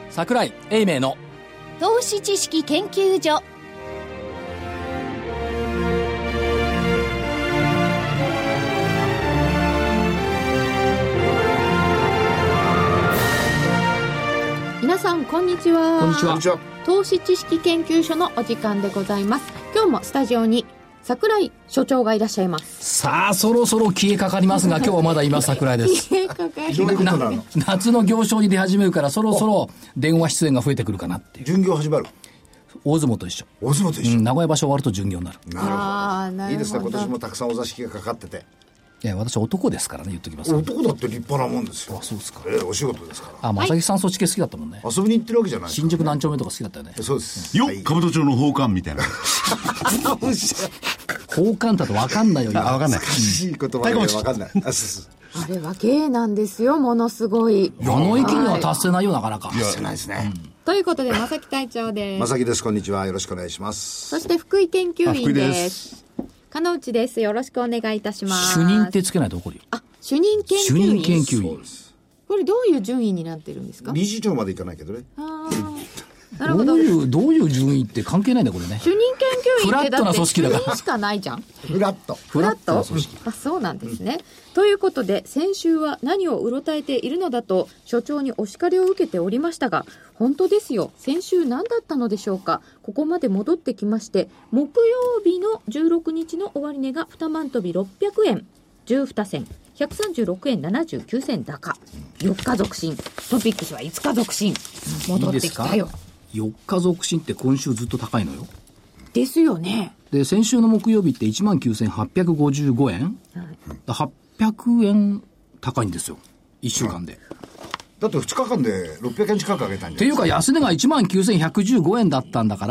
櫻井英明の投資知識研究所。 皆さんこんにちは。 こんにちは。 投資知識研究所のお時間でございます。今日もスタジオに櫻井所長がいらっしゃいます。 さあそろそろ消えかかりますが今日はまだいます。櫻井です消えかかり夏の行商に出始めるからそろそろ電話出演が増えてくるかなっていう。 巡業始まる。 大相撲と一緒。 大相撲と一緒、 名古屋場所終わると巡業になる。 なるほど。いいですね。今年ももたくさんお座敷がかかってて。 いや私男ですからね、言っときます。 男だって立派なもんですよ。 あ、そうですか。 お仕事ですから。 正木さんそっち系好きだったもんね。 遊びに行ってるわけじゃないですか、 新宿何丁目とか好きだったよね。 そうです。 よっ、兜町の宝冠みたいな。 交換だと分かんないよ。 分かんない。 難しい言葉だけど分かんない。 あれは芸なんですよ、ものすごい。 あの域には達せないよ、なかなか。 してないですね。 ということで正木隊長です。 正木です。こんにちは。よろしくお願いします。 そして福井研究員福井で。 です金内です。よろしくお願いいたします。 主任ってつけないと怒るよ。 あ、主任研究員。 主任研究員。 これどういう順位になってるんですか？ 理事長までいかないけどね。 なるほど。 どういう順位って関係ないんだこれね。 主任研究員ってだってフラットな組織だから主任しかないじゃん。 フラット。 フラットな組織。 あ、そうなんですね。ということで先週は何をうろたえているのだと所長にお叱りを受けておりましたが、本当ですよ。先週何だったのでしょうか。ここまで戻ってきまして、木曜日の16日の終値が2万飛び600円12銭136円79銭高、4日続伸。トピックスは5日続伸。戻ってきたよ。 4日続伸って今週ずっと高いのよ。 ですよね。 で先週の木曜日って 19,855 円、800円高いんですよ1週間で、 だって2日間で600円近く上げたんじゃないですか。 っていうか安値が 19,115 円だったんだから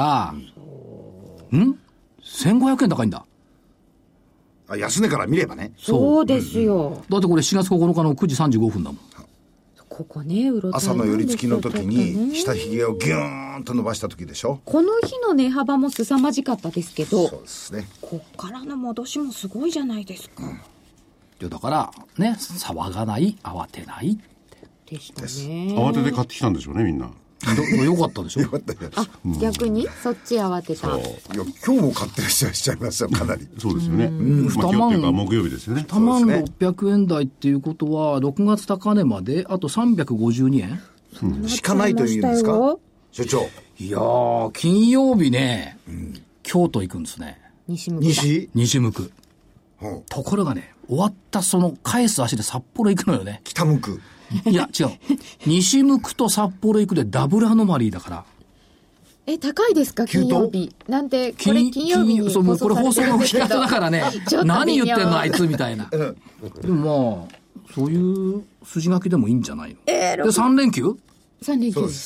、1500円高いんだ。 安値から見ればね。 そうですよ。 だってこれ4月9日の9時35分だもん。 ここね、うろたえ朝の寄り付きの時に下ね、 髭をギューンと伸ばした時でしょ。 この日の値幅も凄まじかったですけど、 そうですね。 こっからの戻しもすごいじゃないですか。 だからね、騒がない、慌てないでしたね。 慌てて買ってきたんでしょうね、みんな。 よかったでしょ。 あ、逆にそっち慌てた。 いや今日も買ってらっしゃいますよ、かなり。 そうですよね。 2 今日っていうか木曜日ですよね。 2万600円台っていうことは6月高値まであと352円、 しかないというんですか、所長。 いやー金曜日ね、京都行くんですね。 西向きだ。 西向く。ところがね、終わったその返す足で札幌行くのよね。 北向く。 いや違う、西向くと札幌行くでダブルアノマリーだから。 高いですか金曜日なんて。これ金曜日にそう、もうこれ放送の聞き方だからね何言ってんのあいつみたいな。でもまあそういう筋書きでもいいんじゃないの。で3連休 3連休そうです。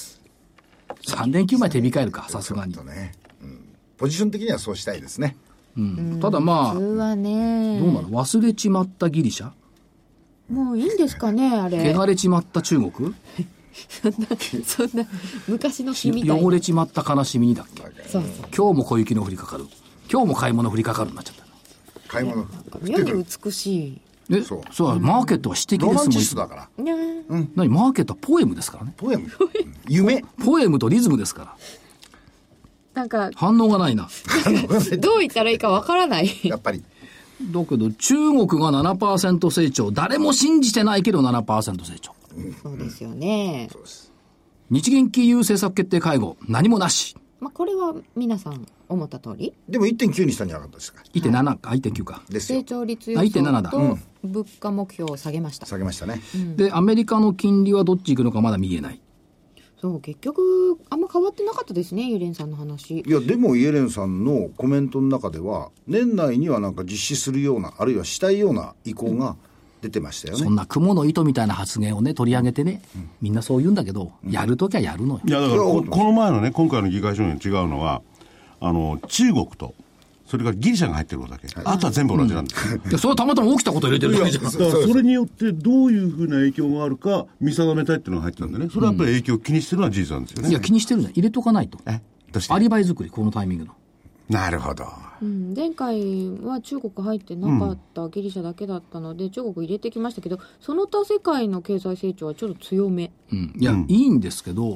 3連休前手控えるか、さすがに。 ポジション的にはそうしたいですね。 ただまあ普通はね、 どうなの、忘れちまったギリシャ、 もういいんですかね、あれ。 汚れちまった中国、 そんな昔の日みたいな。 汚れちまった悲しみにだっけ。 そう今日も小雪の降りかかる、今日も買い物降りかかるになっちゃった。 買い物。 妙に美しそうマーケットは詩的ですもん。 ロマンチストだから。 いね。 何、マーケットはポエムですからね。 ポエム。夢。 ポエムとリズムですから。 なんか反応がないな。 どう言ったらいいかわからない。 やっぱり。 だけど中国が 7% 成長、誰も信じてないけど 7% 成長。 そうですよね。 日銀金融政策決定会合何もなし。 まあこれは皆さん思った通り。 でも 1.9 にしたんじゃなかったですか。 1.7 か 1.9 かですよ。 成長率予 1.7 想だと物価目標を下げました。 下げましたね。 でアメリカの金利はどっち行くのかまだ見えない。 そう、結局あんま変わってなかったですね、イエレンさんの話。 いやでもイエレンさんのコメントの中では年内にはなんか実施するような、あるいはしたいような意向が出てましたよね。 そんな雲の糸みたいな発言をね取り上げてね、みんなそう言うんだけど、やるときはやるのよ。 いやだからこの前のね、今回の議会証言違うのは中国とそれからギリシャが入ってることだけ、あとは全部同じなんですよ、 でそれはたまたま起きたこと入れてるだけじゃん。 だからそれによってどういうふうな影響があるか見定めたいっていうのが入ってたんでね、それはやっぱり影響を気にしてるのは事実なんですよね。 いや気にしてるじゃん、入れとかないと。 どうしてアリバイ作り、このタイミングの。 なるほど。 前回は中国入ってなかったギリシャだけだったので、中国入れてきましたけど、その他世界の経済成長はちょっと強め。 いや、いいんですけど、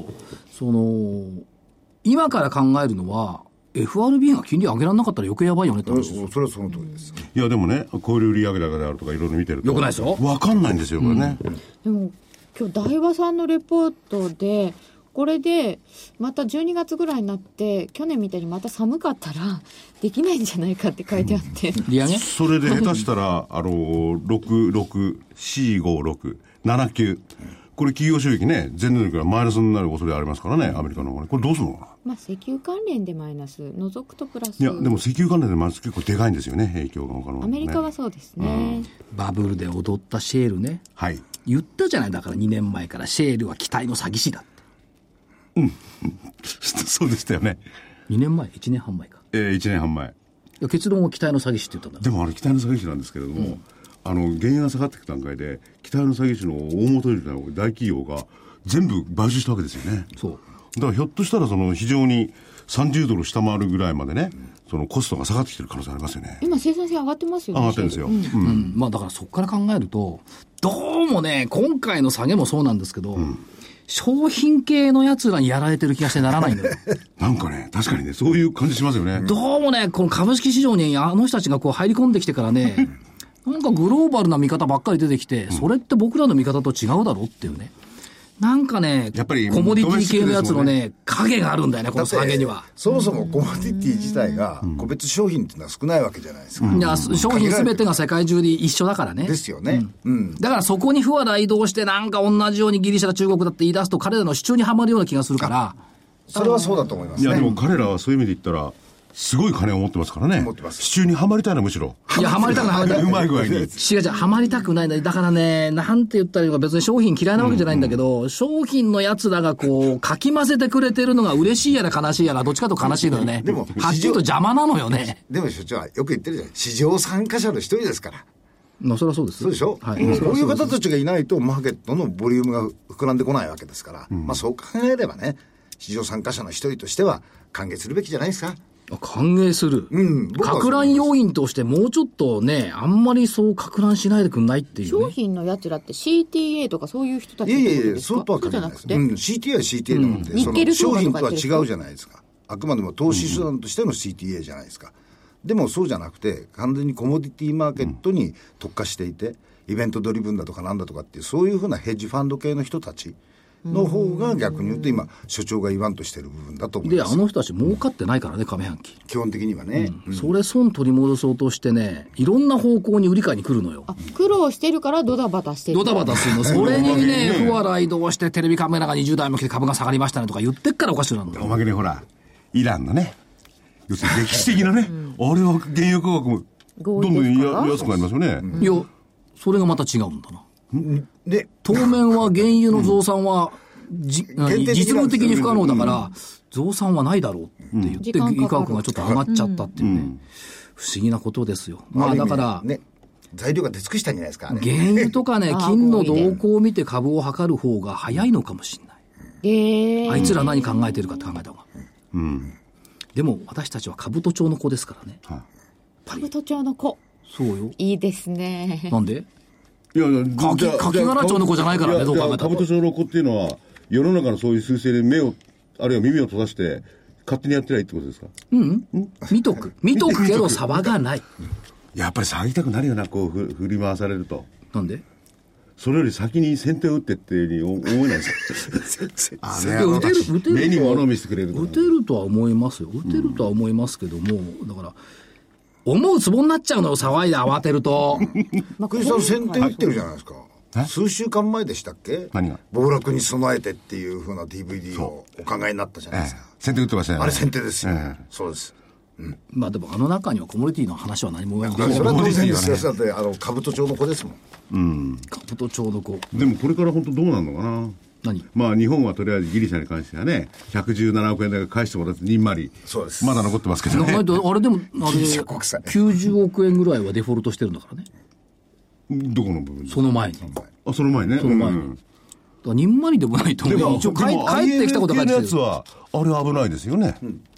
今から考えるのは、FRB が金利上げられなかったら余計やばいよねって話ですよ。 それはその通りです。 いやでもね、小売売上高であるとかいろいろ見てるとよくないですよ。 分かんないんですよこれね。 でも今日大和さんのレポートでこれでまた12月ぐらいになって去年みたいにまた寒かったらできないんじゃないかって書いてあって、 利上げそれで下手したら66,456,79これ企業収益ね前年度からマイナスになる恐れありますからね、アメリカの方がね。これどうするのかな。 まあ石油関連でマイナス除くとプラス。 いやでも石油関連でマイナス結構でかいんですよね、影響が他の、ね、 アメリカはそうですね、 バブルで踊ったシェールね。 はい。 言ったじゃない。だから2年前からシェールは期待の詐欺師だって。 そうでしたよね。 2年前1年半前か。 1年半前。 いや結論は期待の詐欺師って言ったんだ。 でも期待の詐欺師なんですけれども、原油が下がっていく段階で期待の詐欺師の大元みたいな大企業が全部買収したわけですよね。 そうだからひょっとしたら非常に30ドル下回るぐらいまでね、そのコストが下がってきてる可能性ありますよね。 今生産性上がってますよね。 上がってるんですよ。 まあだからそこから考えると、どうもね、今回の下げもそうなんですけど、商品系のやつらにやられてる気がしてならないんだよ。 なんかね、確かにね、そういう感じしますよね。 どうもね、この株式市場にあの人たちがこう入り込んできてからね、なんかグローバルな見方ばっかり出てきて、それって僕らの見方と違うだろうっていうね。なんかね、 やっぱりコモディティ系のやつのね、影があるんだよね、この下げには。 そもそもコモディティ自体が個別商品っていうのは少ないわけじゃないですか。 いや、商品すべてが世界中で一緒だからね。 ですよね。 だからそこに不和雷動してなんか同じようにギリシャだ中国だって言い出すと彼らの主張にはまるような気がするから。 それはそうだと思いますね。 いやでも彼らはそういう意味で言ったら、すごい金を持ってますからね。 持ってます。 支柱にはまりたいな、むしろ。 いや、はまりたくない、はまりたくない。 うまい具合に。 違う、はまりたくないんだ。だからね、なんて言ったらいいのか、別に商品嫌いなわけじゃないんだけど、商品のやつらがこう、かき混ぜてくれてるのが嬉しいやら悲しいやら、どっちかと悲しいのよね。 でも、 はっきりと邪魔なのよね。 でも所長はよく言ってるじゃない。市場参加者の一人ですから。 まあ、それはそうです。 そうでしょ、 はい。 こういう方たちがいないと、マーケットのボリュームが膨らんでこないわけですから、まあそう考えればね、市場参加者の一人としては、歓迎するべきじゃないですか。 歓迎する。拡乱要因としてもうちょっとね、あんまりそう拡乱しないでくんないっていう、ね。 商品のやつらって CTA とかそういう人たちってことですか？ そうとは限らないです。CTA は CTA なので、その商品とは違うじゃないですか。あくまでも投資手段としての CTA じゃないですか。でもそうじゃなくて、完全にコモディティマーケットに特化していて、イベントドリブンだとかなんだとかっていう、そういうふうなヘッジファンド系の人たちの方が逆に言うと今所長が言わんとしてる部分だと思います。 で、あの人たち儲かってないからね、上半期基本的にはね、 それ損取り戻そうとしてね、いろんな方向に売り買いに来るのよ。 苦労してるからドタバタしてる。 ドタバタするの。それにね、不和雷動してテレビカメラが20台も来て株が下がりましたねとか言ってっからおかしくなるんだよ。 おまけにほらイランのね、要するに歴史的なね、あれは原油価格もどんどん安くなりますよね。 いや、それがまた違うんだな。 で当面は原油の増産は、実務的に不可能だから、増産はないだろうって言って、原油価格がちょっと上がっちゃったっていうね、不思議なことですよ。まあだから、 ね、材料が出尽くしたんじゃないですか。 原油とかね、金の動向を見て株を測る方が早いのかもしれない。あいつら何考えてるかって考えた方が。でも私たちは兜町の子ですからね。 兜町の子。 そうよ。 いいですね。 なんで？ いやいや、 柿殻町の子じゃないからね、どう考えたら。 兜町の子っていうのは、世の中のそういう趨勢で目を、あるいは耳を閉ざして、勝手にやってないってことですか？ 見とくけど騒がない。 やっぱり騒ぎたくなるよな、こう振り回されると。 なんで？ それより先に先手を打ってっていうふうに思えないですよ。 打てる目に物を見せてくれると。 打てるとは思いますよ。打てるとは思いますけども、だから、思うツボになっちゃうのよ、騒いで慌てると。 福井さん先手打ってるじゃないですか。数週間前でしたっけ？ 何が？ 暴落に備えてっていう風な DVD をお考えになったじゃないですか。 先手打ってましたね。 あれ先手ですよ。そうです。 まあでもあの中にはコモディティの話は何も言わない。 それは当然ですよ。だって兜町の子ですもん。 兜町の子。 でもこれから本当どうなるのかな。 何？ まあ日本はとりあえずギリシャに関してはね、117億円だけ返してもらってにんまり。 そうです。 まだ残ってますけどね。 あれでも90億円ぐらいはデフォルトしてるんだからね。 どこの部分ですか？ その前に。 あ、その前ね。 その前に。だからにんまりでもないと思う。一応帰ってきたことがあるやつはあれ危ないですよね。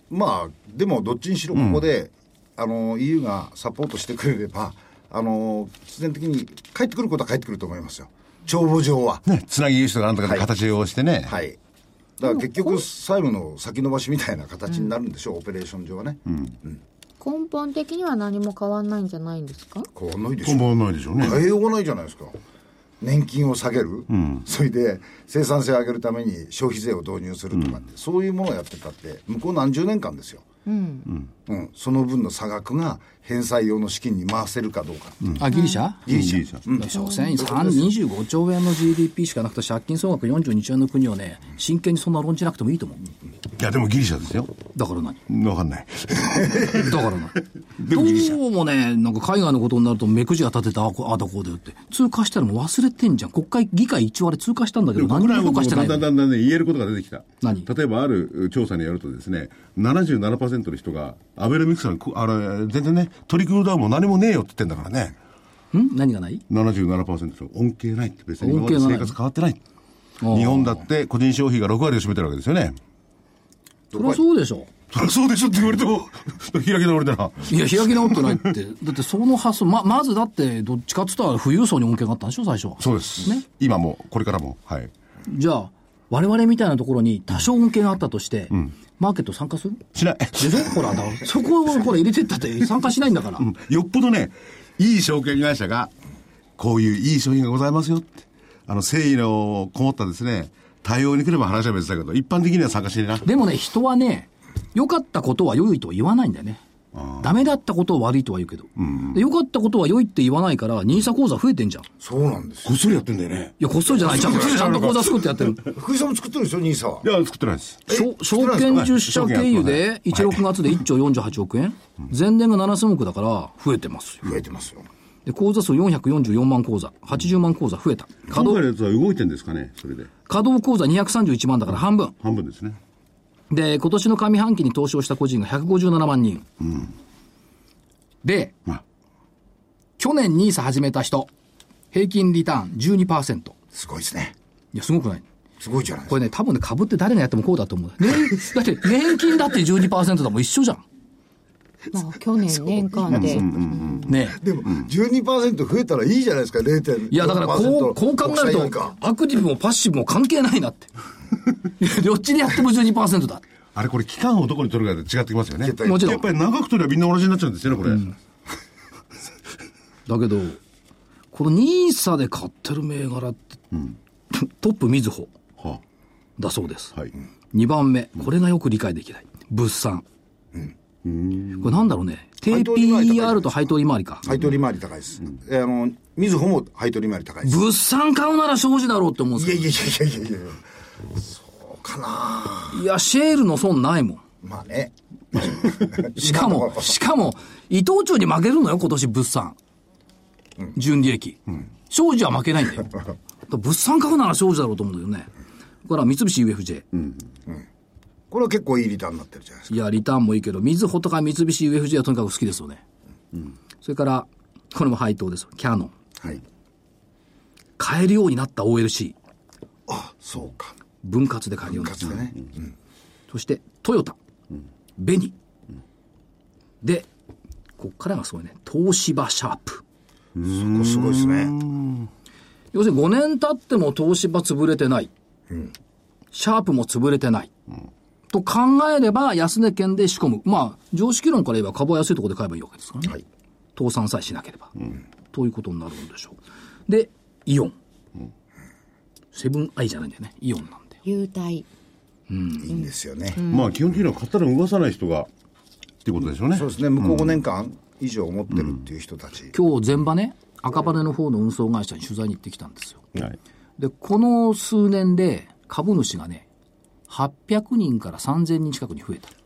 まあでもどっちにしろここで、EU がサポートしてくれれば必然的に帰ってくることは帰ってくると思いますよ、帳簿上はね。つなぎ輸出とかなんとかで形をしてね、 はい、だから結局債務の先延ばしみたいな形になるんでしょう、オペレーション上はね、 根本的には何も変わんないんじゃないんですか？ 変わんないでしょう。 変わんないでしょうね。 変えようがないじゃないですか。年金を下げる、それで生産性を上げるために消費税を導入するとかって、そういうものをやってたって向こう何十年間ですよ、その分の差額が返済用の資金に回せるかどうか、 ギリシャギリシャ。 所詮25兆円の GDP しかなくて借金総額42兆円の国をね、真剣にそんな論じなくてもいいと思う。 いやでもギリシャですよ。 だから何？ わかんない。 だから何？ でもギリシャ。 どうもね、なんか海外のことになると目くじが立ててあだこうだよって通過したらもう忘れてんじゃん。国会議会一応あれ通過したんだけど何も評価してない。 だんだんね言えることが出てきた。 何？ 例えばある調査によるとですね、77% の人がアベノミクスに全然ねトリクルダウンも何もねえよって言ってんだからね。 何がない？ 77% の恩恵ないって、別に今まで生活変わってない。 あ日本だって個人消費が6割を占めてるわけですよね。 そりゃそうでしょ。 そりゃそうでしょって言われても開き直りだな。 いや開き直ってないってだってその発想まずだってどっちかって言ったら富裕層に恩恵があったんでしょ最初は。 そうです、 ね、 今もこれからも。はい。 じゃあ我々みたいなところに多少恩恵があったとして、マーケット参加する？ しない。 でしょほらそこをほら入れてったって参加しないんだから、 よっぽどねいい証券会社がこういういい商品がございますよって誠意のこもったですね対応に来れば話は別だけど、一般的には参加しないな。 でもね人はね良かったことは良いとは言わないんだよね。ダメだったことは悪いとは言うけど、で良かったことは良いって言わないからニーサ口座増えてんじゃん。 そうなんですよ。 こっそりやってんだよね。 いやこっそりじゃないちゃんと口座作ってやってる。 福井さんも作ってるでしょ、ニーサは。 いや作ってないです。 証券10社経由で16月で1兆48億円、前年が7000億だから増えてますよ。 増えてますよ。 で口座数444万口座80万口座増えた。 今回のやつは動いてんですかね。それで稼働口座231万だから半分ですね。 で今年の上半期に投資をした個人が157万人、で、去年 NISA 始めた人平均リターン 12%。 すごいですね。 いやすごくない？ すごいじゃないですか。 これね多分ね株って誰がやってもこうだと思う、だって年金だって 12% だもん一緒じゃん。 まあ去年年間で、 ねでも 12% 増えたらいいじゃないですか。 0.5%。 いやだからこう考えるとアクティブもパッシブも関係ないなってどっちでやっても 12% だ。 あれこれ期間をどこに取るかで違ってきますよね。 もちろんやっぱり長く取ればみんな同じになっちゃうんですよねこれ、 だけどこの NISA で買ってる銘柄って、トップみずほだそうです、2番目これがよく理解できない物産、これなんだろうね、低 PER と配当利回りか。 配当利回り高いです、みずほも配当利回り高いです。 物産買うなら庄司だろうって思うんですけど。 いやそうかな。 いやシェールの損ないもん。 まあねしかも伊藤忠に負けるのよ今年物産、純利益、庄司は負けないんだよ物産買うなら庄司だろうと思うんだよね。だから三菱 UFJ、 これは結構いいリターンになってるじゃないですか。 いやリターンもいいけどみずほとか三菱 UFJ はとにかく好きですよね、それからこれも配当ですよキヤノン、買えるようになった OLC。 あ、そうか、 分割で買えるようになった、 ね、 そしてトヨタ、ベニ、でこっからがすごいね、東芝シャープ。 そこすごいですね。 要するに5年経っても東芝潰れてない、シャープも潰れてない、と考えれば安値圏で仕込む。まあ常識論から言えば株は安いところで買えばいいわけですからね、倒産さえしなければ、ということになるんでしょう。でイオン、セブンアイじゃないんだよね、イオンなんだよ。 優待、 いいんですよね、 まあ基本的には買ったら動かさない人がっていうことでしょうね。 そうですね。向こう5年間以上持ってるっていう人たち、 今日前場ね赤羽の方の運送会社に取材に行ってきたんですよ。でこの数年で株主がね800人から3000人近くに増えた。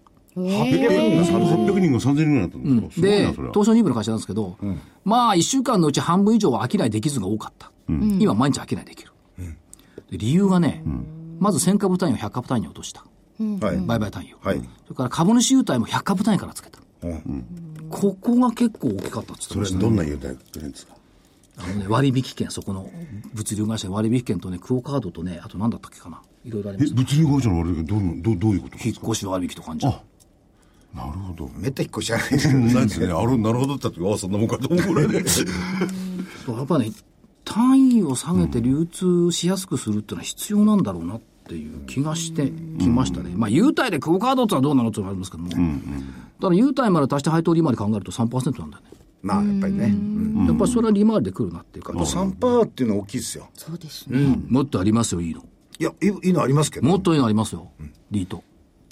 800人が3000人ぐらいになったんですか、 で東証2部の会社なんですけど、まあ1週間のうち半分以上は商いできずが多かった、今毎日商いできる、で理由がね、まず1000株単位を100株単位に落とした、売買単位を、それから株主優待も100株単位からつけた、ここが結構大きかったって言ってました。 それどんな優待くれるんですか。 割引券、そこの物流会社の割引券とね、クオカードとね、あと何だったっけかな、いろいろあります。 物流会社の割引券どういうことですか。 引っ越し割引とかあるんじゃん。 なるほど。 めった引っ越しじゃないですけどないですね。なるほどって言った時、そんなもんかと思うぐらいで。 やっぱね、単位を下げて流通しやすくするっていうのは必要なんだろうなっていう気がしてきましたね。まあ、優待でクオカードってのはどうなのってのはありますけども。ただ、優待まで足して配当利回り考えると 3% なんだよね。 まあやっぱりね、 やっぱりそれは利回りで来るなっていうか。 3% っていうのは大きいですよ。 そうですね。 もっとありますよ、いいの。 いや、いいのありますけど。 もっといいのありますよ、リート。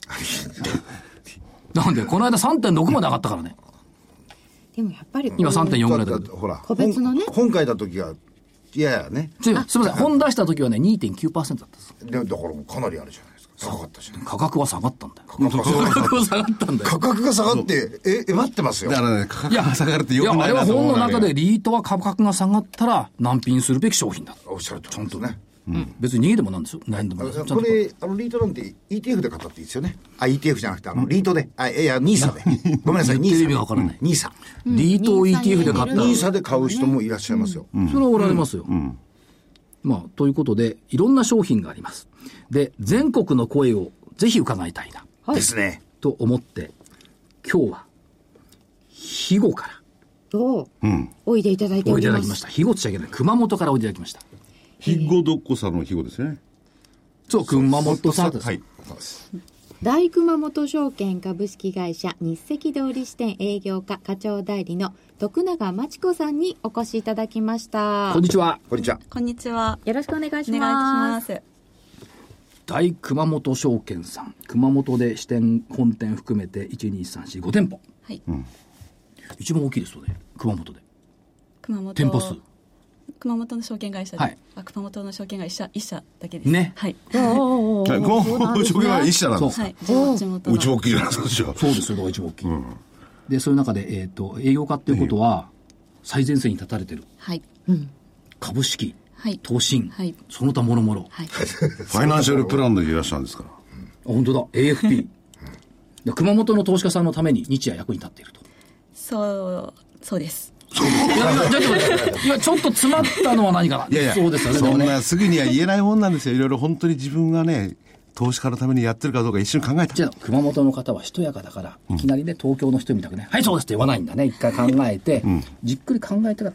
なんで、この間 3.6 まで上がったからね。 でもやっぱり今 3.4 ぐらいだけど。 ほら、 個別のね本書いた時は、いやいやね。 すみません、本出した時はね、2.9% だったんです。 でだからもうかなりあるじゃないですか。高かったし、ね。 価格は下がったんだよ。 価格は下がったんだよ。 価格が下がって、待ってますよ。 だからね、価格が下がるってよくいや、あれはないなと思う本の中でリートは価格が下がったら難品するべき商品だ。 おっしゃるとちゃんとね。 別に逃げでもなんですよ。何でもないですよ。 これ、リートなんて ETF で買ったっていいですよね。ETF じゃなくて、リートで。いや、ニーサで。ごめんなさい、 言ってる意味がわからない。 ニーサ。 リートを ETF で買ったら。 ニーサで買う人もいらっしゃいますよ。 それはおられますよ。まあ、ということで、いろんな商品があります。で、全国の声をぜひ伺いたいな。 ですね。 と思って、今日は、肥後からおいでいただいておおります。 いでいただきました。肥後って言っちゃいけない。熊本からおいでいただきました。 肥後どっこさんの肥後ですね。 そう、熊本さんです。 はい。 大熊本証券株式会社日赤通り支店営業課課長代理の徳永真知子さんにお越しいただきました。 こんにちは。 こんにちは。 こんにちは。 よろしくお願いします。 お願いいたします。 大熊本証券さん。熊本で支店、本店含めて1、2、3、4、5店舗。 はい。 一番大きいですよね。熊本で。 熊本。 店舗数。 熊本の証券会社で。 はい。 熊本の証券会社一社だけです。 ね。 はい。 熊本証券は一社なんです。 はい。地元の。 うち大きいじゃないですか。 そうですよ。だから一番大きい。で、そういう中で、営業家っていうことは、最前線に立たれてる。 はい。 株式。 はい。 投信。 はい。 その他もろもろ。 はい。 ファイナンシャルプランでいらっしゃるんですから。 本当だ。AFP。熊本の投資家さんのために日夜役に立っていると。 そうです。 いや、ちょっと詰まったのは何かな。 いやいや、 そうですよね。 そんなすぐには言えないもんなんですよ。いろいろ本当に自分がね、投資家のためにやってるかどうか一瞬考えた。 じゃあ、熊本の方はしとやかだから、いきなりね、東京の人みたくね、はい、そうですって言わないんだね。一回考えて、じっくり考えてから、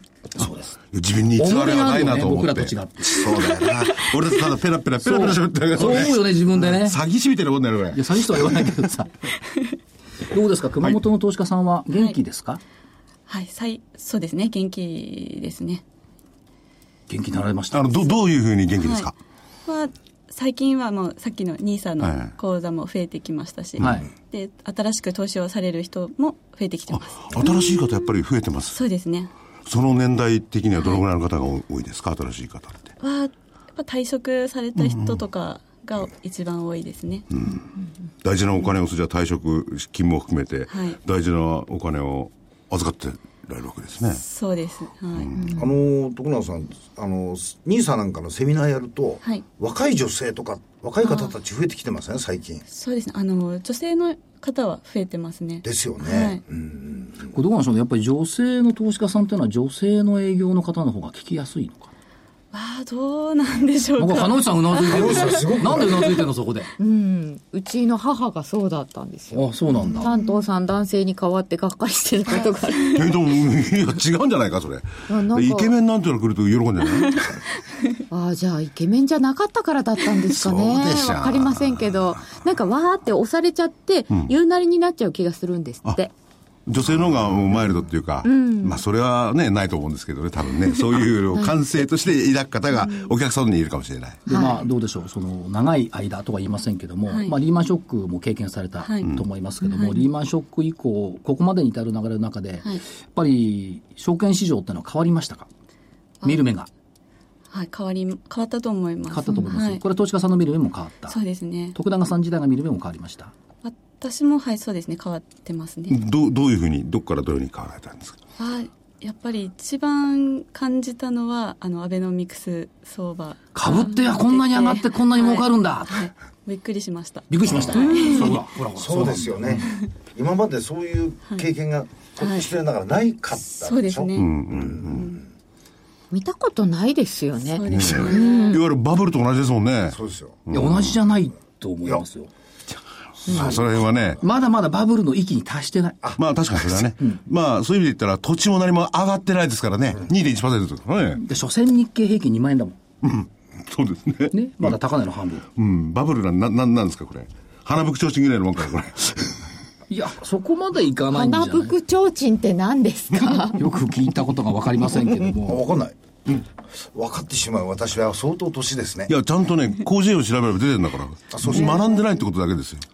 そうです。 自分に偽りはないなと思って。 僕らと違って。 そうだよな。俺たちただペラペラ喋ってるけどね。 そう思うよね、自分でね。 詐欺師みたいなもんだよ、これ。 いや、詐欺師とは言わないけどさ。どうですか、熊本の投資家さんは元気ですか？ はい、そうですね、元気ですね。 元気になられました。 どういうふうに元気ですか？ 最近はもうさっきの NISA の口座も増えてきましたし、で新しく投資をされる人も増えてきてます。 新しい方やっぱり増えてます。 そうですね。 その年代的にはどのぐらいの方が多いですか？新しい方って。 やっぱ退職された人とかが一番多いですね。 大事なお金をじゃあ退職金も含めて、大事なお金を預かってられるわけですね。 そうです。はい。 徳永さん、NISA なんかのセミナーやると、若い女性とか若い方たち増えてきてますね、最近。 そうですね。女性の方は増えてますね。 ですよね。 これどうなんでしょうね。やっぱり女性の投資家さんというのは女性の営業の方の方が聞きやすいのか。 どうなんでしょうか。 鹿野内さんうなずいてる。なんでうなずいてるのそこで。 うちの母がそうだったんですよ。 あ、そうなんだ。 担当さん男性に代わってがっかりしてることがある。 でもいや違うんじゃないかそれ。イケメンなんていうのが来ると喜んでないじゃあイケメンじゃなかったからだったんですかね。わかりませんけど、なんかわーって押されちゃって、言うなりになっちゃう気がするんですって。 女性の方がマイルドっていうか、まあそれはねないと思うんですけどね、多分ねそういう感性として抱く方がお客さんにいるかもしれない。 でまあどうでしょう、その長い間とは言いませんけども、まあリーマンショックも経験されたと思いますけども、リーマンショック以降ここまでに至る流れの中で、やっぱり証券市場ってのは変わりましたか？見る目が。 変わったと思います。 変わったと思います。これ投資家さんの見る目も変わった。 そうですね。 徳永さん時代が見る目も変わりました。 私もそうですね、変わってますね。 どういうふうにどこからどういうふうに変わられたんですか？ やっぱり一番感じたのはアベノミクス相場。 株ってこんなに上がってこんなに儲かるんだ。 びっくりしました。 びっくりしました。 そうですよね。今までそういう経験が失礼ながらないかったでしょ。 そうですね。 見たことないですよね。 そうですね。 いわゆるバブルと同じですもんね。 そうですよ。 いや同じじゃないと思いますよ。 その辺はね。 まだまだバブルの域に達してない。 まあ確かにそれはね。まあそういう意味で言ったら土地も何も上がってないですからね。2.1% ですからね。 で、所詮日経平均2万円だもん。 そうですね。 ね。まだ高値の半分。 バブルなんですかこれ。花吹提灯ぐらいのもんからこれ。 いや、そこまでいかないんじゃない。 花吹提灯って何ですか？ よく聞いたことが分かりませんけども。 分かんない。分かってしまう私は相当年ですね。 いや、ちゃんとね、広辞苑を調べれば出てるんだから。学んでないってことだけですよ。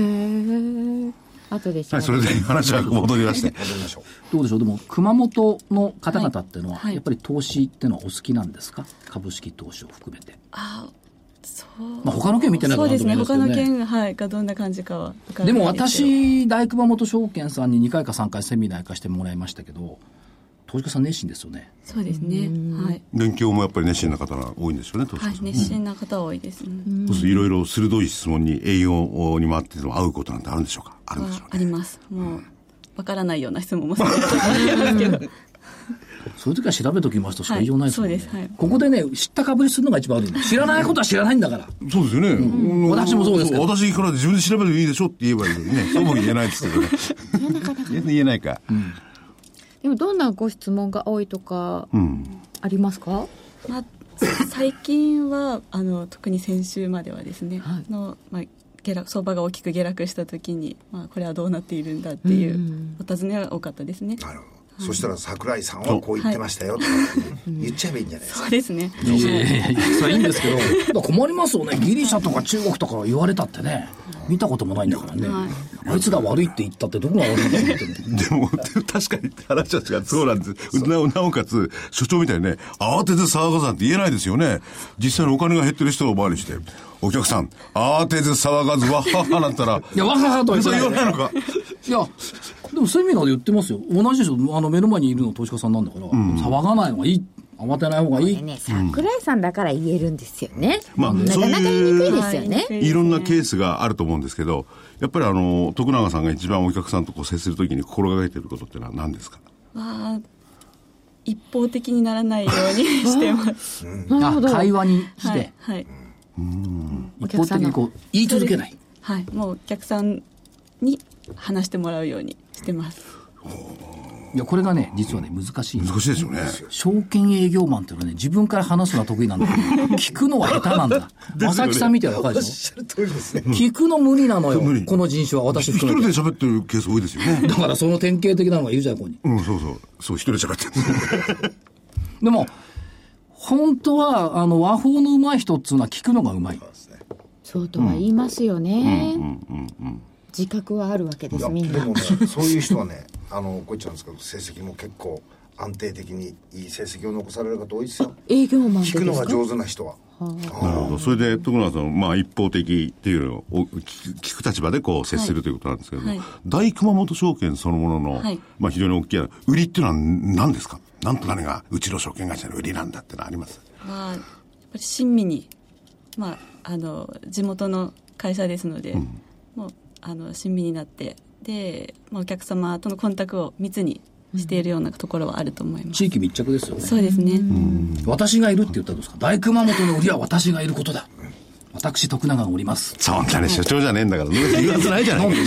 後ではい、それで話は戻りまして。 どうでしょう。でも、熊本の方々っていうのは、やっぱり投資っていうのはお好きなんですか？株式投資を含めて。 そう。 まあ、他の県見てないからそうですね。他のね、 県、がどんな感じかは分からないですけど。 でも私、大熊本証券さんに2回か3回セミナー行かしてもらいましたけど、投資家さん熱心ですよね。 そうですね。はい。 勉強もやっぱり熱心な方が多いんですよね、投資家さん。 はい、熱心な方は多いですね。 そうするといろいろ鋭い質問に営業に回ってても会うことなんてあるんでしょうか？あるんでしょうね。 あります。もう、分からないような質問もされることありますけど。 そういう時は調べときますとしか言いようないですもんね。 そうです。はい。 ここでね、知ったかぶりするのが一番悪い。知らないことは知らないんだから。 そうですよね。 私もそうですけど。 私から自分で調べるといいでしょって言えばいいのにね。そうも言えないですけどね。言えないか。 でもどんなご質問が多いとかありますか？ まあ、最近は特に先週まではですね、相場が大きく下落した時に、これはどうなっているんだっていうお尋ねは多かったですね。 なるほど。そしたら櫻井さんはこう言ってましたよとか言っちゃえばいいんじゃないですか。 そうですね。 いやそれいいんですけど、困りますよね。ギリシャとか中国とか言われたってね、見たこともないんだからね。あいつら悪いって言ったってどこが悪いんだろうって。 でも確かに話は違う。そうなんです。なおかつ所長みたいにね、慌てて騒がさんって言えないですよね。実際にお金が減ってる人を前にして、お客さん慌てず騒がずわっはっはなったら、 いやわっはっはとは言わないのか。 いやでもセミナーで言ってますよ。同じでしょ。目の前にいるの投資家さんなんだから、騒がないのがいい。慌てない方がいい。 ね、櫻井さんだから言えるんですよね。 なかなか言いにくいですよね。 いろんなケースがあると思うんですけど、やっぱり徳永さんが一番お客さんと接するときに心がけていることってのは何ですか？ 一方的にならないようにしてます。 会話にして、 はい。 一方的に言い続けない。 はい。もうお客さんに話してもらうようにしてます。 いやこれがね実はね難しい。 難しいですよね。 証券営業マンっていうのはね自分から話すのは得意なんだけど聞くのは下手なんだ。正木さんみたいな感じでしょ。聞くの無理なのよ。この人種は私含めて。 一人で喋ってるケース多いですよね。 だからその典型的なのがいるじゃんここに。 そう一人で喋ってる。 でも本当は和法の上手い人っていうのは聞くのが上手い。 そうとは言いますよね。自覚はあるわけです。みんなでもねそういう人はねこう言っちゃうんですけど成績も結構安定的にいい成績を残される方多いですよ。 営業マンですか？ 聞くのが上手な人は。 なるほど。それで徳永さん一方的っていうのを聞く立場で接するということなんですけども、大熊本証券そのものの、非常に大きな売りっていうのは何ですか？何と何がうちの証券会社の売りなんだってのはあります？ やっぱり親身に地元の会社ですので、もう親身になってで、お客様とのコンタクトを密にしているようなところはあると思います。 地域密着ですよね。 そうですね。 私がいるって言ったらどうですか？大熊本の売りは私がいることだ。私徳永がおります。 そんなね所長じゃねえんだから言わずないじゃないか。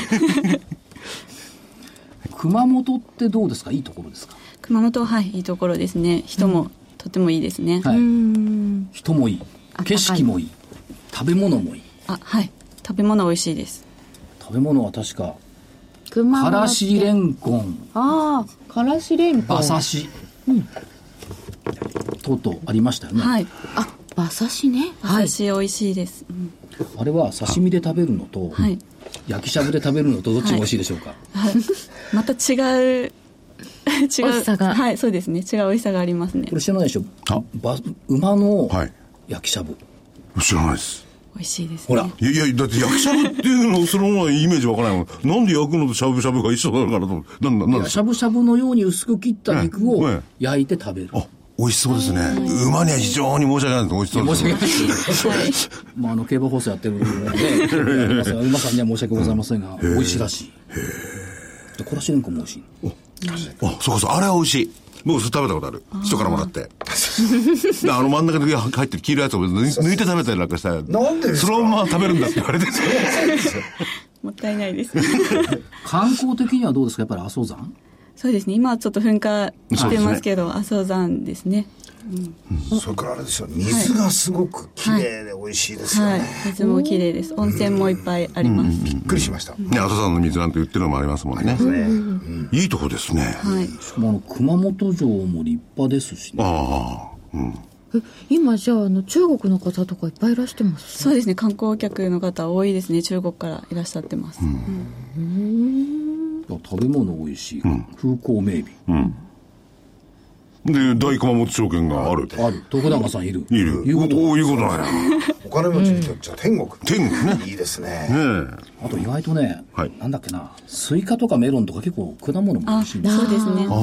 熊本ってどうですか？いいところですか？ 熊本はいいところですね。人もとてもいいですね。 人もいい。景色もいい。食べ物もいい。 はい。食べ物美味しいです。 食べ物は確かからしれんこん、 からしれんこん、 馬刺し、とうとうありましたよね。 はい。 馬刺しね。 馬刺し美味しいです。 あれは刺身で食べるのと、焼きしゃぶで食べるのとどっちが美味しいでしょうか？ また違う美味しさが、そうですね。違う美味しさがありますね。 これ知らないでしょ？馬の焼きしゃぶ。 知らないです。 美味しいですね。 ほら。 いや、だって焼きしゃぶっていうのそのままイメージわからないもん。なんで焼くのとしゃぶしゃぶが一緒だからと。なんしゃぶしゃぶのように薄く切った肉を焼いて食べる。 美味しそうですね。馬には非常に申し訳ないです。美味しそうです。 申し訳ない。競馬放送やってるので、馬さんには申し訳ございませんが、美味しいらしい。からしれんこんも美味しい。 そうあれは美味しい。 僕それ食べたことある。人からもらって。真ん中に入ってる黄色いやつを抜いて食べたりなんかしたら、 なんでですか？ そのまま食べるんだって言われてもったいないです。 観光的にはどうですか？やっぱり阿蘇山？ そうですね。今はちょっと噴火してますけど、阿蘇山ですね。 それからあれですよ、水がすごくきれいで美味しいですよね。 水もきれいです。温泉もいっぱいあります。 びっくりしました。 ね、阿蘇山の水なんて言ってるのもありますもんね。いいとこですね。 しかも熊本城も立派ですしね。 今じゃあ中国の方とかいっぱいいらしてます？ そうですね。観光客の方多いですね。中国からいらっしゃってます。 食べ物美味しい、風光明媚、 で大熊本証券がある。 徳永さんいる。 いうことなんや。 お金持ちにとっちゃ天国。 天国ね。 いいですね。 あと意外とね、なんだっけな、スイカとかメロンとか結構果物も美味しいんです。 そうですね。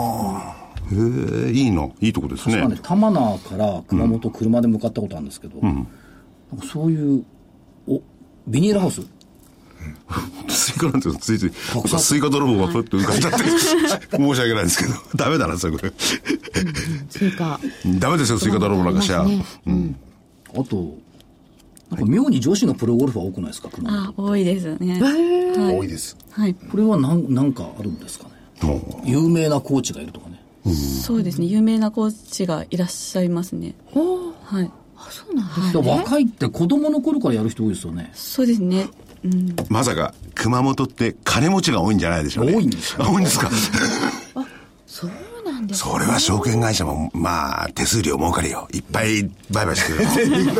いいな、いいとこですね。 確かね、玉名から熊本車で向かったことあるんですけど、なんかそういうビニールハウス、 スイカなんてついついスイカ泥棒がプッと浮かんじゃって申し訳ないですけど、ダメだなそれこれ。 スイカダメですよ、スイカ泥棒なんかしちゃ。あとなんか妙に女子のプロゴルファー多くないですか？ 多いですね。 多いです。 これはなんかあるんですかね？有名なコーチがいるとかね。 そうですね。有名なコーチがいらっしゃいますね。はい。 そうなんですね。 若いって子供の頃からやる人多いですよね。 そうですね。 まさか熊本って金持ちが多いんじゃないでしょうね。 多いんですか？ 多いんですか？ そうなんですそれは証券会社も手数料儲かるよ。いっぱい売買してくれる。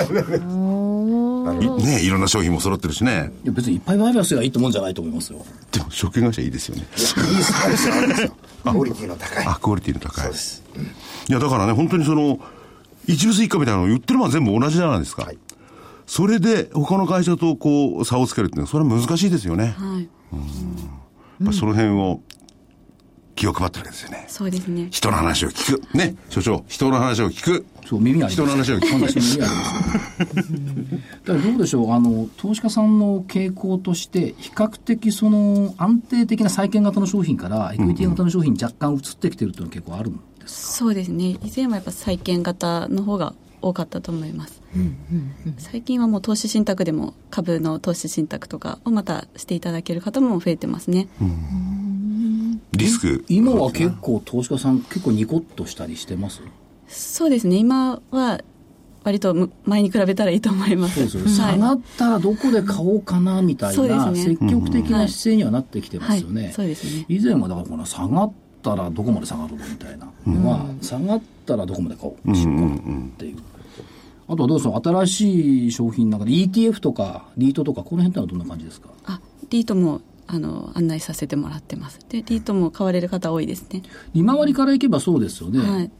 ね、いろんな商品も揃ってるしね。 いや別にいっぱい売買すればいいってもんじゃないと思いますよ。 でも証券会社いいですよね。 いいですよ。クオリティの高い。 クオリティの高い。 そうです。 いやだからね、本当に一物一貨みたいなのを言ってるのは全部同じじゃないですか。それで他の会社と差をつけるっていうのはそれは難しいですよね。その辺を気を配ってるわけですよね。 そうですね。 人の話を聞くね、所長、人の話を聞く。 そう、耳あります。 人の話を聞く。 私耳あります。だからどうでしょう、投資家さんの傾向として比較的安定的な債券型の商品からエクイティ型の商品に若干移ってきてるっていうのは結構あるんですか？ そうですね。以前はやっぱ債券型の方が多かったと思います。最近はもう投資信託でも株の投資信託とかをまたしていただける方も増えてますね。 リスク今は結構投資家さん結構ニコッとしたりしてます？ そうですね。今は割と前に比べたらいいと思います。 そうですよ、下がったらどこで買おうかなみたいな、積極的な姿勢にはなってきてますよね。 そうですね。 以前はだから下がったらどこまで下がるのみたいなのは、下がったらどこまで買おうっていう。あとはどうですか、新しい商品の中で ETF とかリートとかこの辺ってのはどんな感じですか？ リートも案内させてもらってます。でリートも買われる方多いですね。 利回りからいけばそうですよね。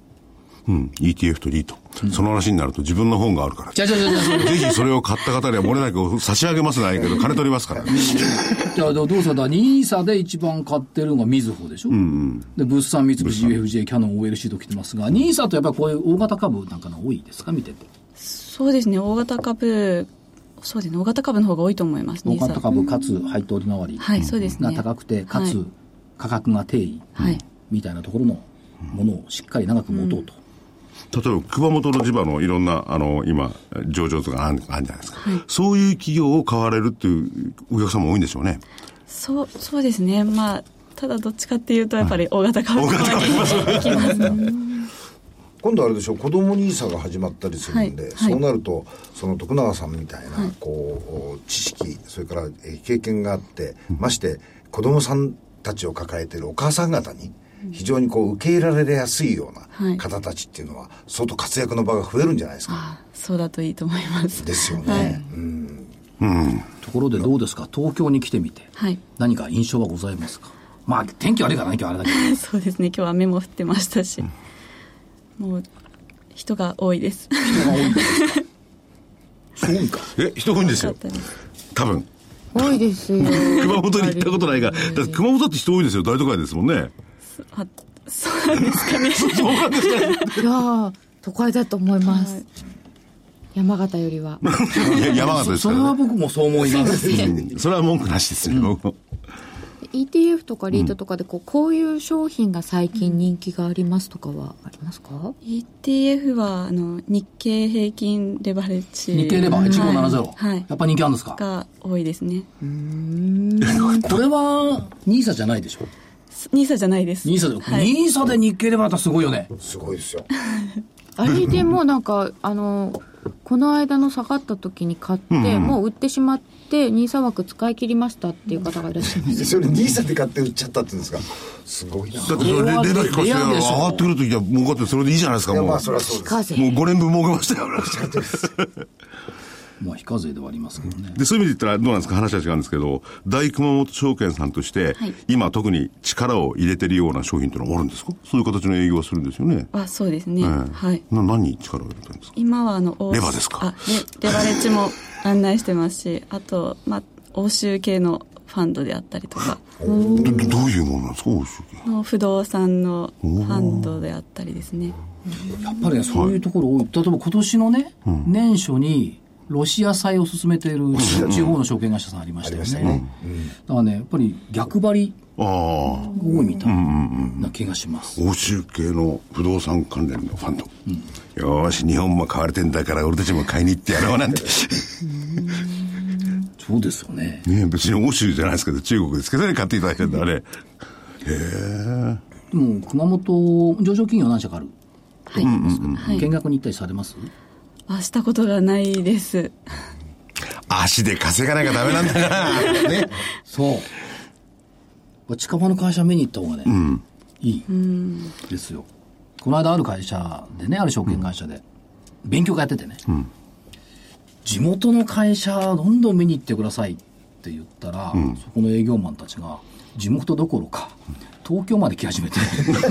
ETF とリート、その話になると自分の本があるからぜひそれを買った方には漏れなく差し上げますないけど金取りますから。 じゃあどうですか、NISA で一番買ってるのがみずほでしょ、で物産三菱 UFJ キャノン OLC と来てますが、NISA とやっぱりこういう大型株なんかの多いですか、見てて？ そうですね。大型株の方が多いと思います。 大型株かつ配当利回りが高くて、かつ価格が低位みたいなところのものをしっかり長く持とうと。 例えば熊本の地場のいろんな今上場とかあるじゃないですか、そういう企業を買われるっていうお客さんも多いんでしょうね。 そうですね。ただどっちかっていうとやっぱり大型株の方に行きますね。 今度あれでしょう、子どもNISAが始まったりするんで、そうなると徳永さんみたいな知識、それから経験があって、まして子どもさんたちを抱えているお母さん方に非常に受け入れられやすいような方たちっていうのは相当活躍の場が増えるんじゃないですか。 そうだといいと思います。 ですよね。 ところでどうですか、東京に来てみて、何か印象はございますか？天気悪いからね、今日あれだけどそうですね。今日は雨も降ってましたし、もう人が多いです。 人が多いんですか？そうか。 人多いんですよ。多分多いですよ。 熊本に行ったことないが、だって熊本って人多いですよ。大都会ですもんね。 そうなんですかね。 そうなんですかね。 いや都会だと思います。山形よりは。 山形ですからね。 それは僕もそう思います。 それは文句なしですよ。 ETF とかリートとかでこういう商品が最近人気がありますとかはありますか？ ETF は日経平均レバレッジ、 日経レバー1570、 はい、 やっぱ人気あるんですか？ が多いですね。 これはNISAじゃないでしょ ？NISAじゃないです。 NISA で、はい、NISA で日経レバーってすごいよね。 すごいですよ。 あれでもなんかこの間の下がった時に買って、もう売ってしまってNISA枠使い切りましたっていう方がいらっしゃいます。 それNISAで買って売っちゃったって言うんですか？すごいな。 だってそれでレバー利かして上がってくる時は儲かってそれでいいじゃないですか。もうまあそれはそうです。 もう5年分儲けましたよ。 まあ非課税ではありますけどね。 でそういう意味で言ったらどうなんですか、話は違うんですけど、大熊本証券さんとして、はい、今特に力を入れてるような商品というのはあるんですか？そういう形の営業をするんですよね。 そうですね、はい。 何に力を入れてるんですか？ 今はレバーですか？ レバレッジも案内してますし、あと、欧州系のファンドであったりとか。 どういうものなんですか？欧州系の不動産のファンドであったりですね。 やっぱりね、そういうところ多い。例えば今年のね、年初にロシア債を進めている地方の証券会社さんありましたよね。だからね、やっぱり逆張りが多いみたいな気がします。 欧州系の不動産関連のファンド。よーし、日本も買われてんだから俺たちも買いに行ってやろうなんて。 そうですよね。 別に欧州じゃないですけど、中国ですけどね、買っていただいてるんだ、あれ。 でも、熊本、上場企業何社かあると思いますけど、はい、見学に行ったりされます？ したことがないです。 足で稼がなきゃダメなんだから。ね。 そう。近場の会社見に行った方がね、いいですよ。この間ある会社でね、ある証券会社で、勉強会やっててね、地元の会社どんどん見に行ってくださいって言ったら、そこの営業マンたちが、地元どころか、東京まで来始めて。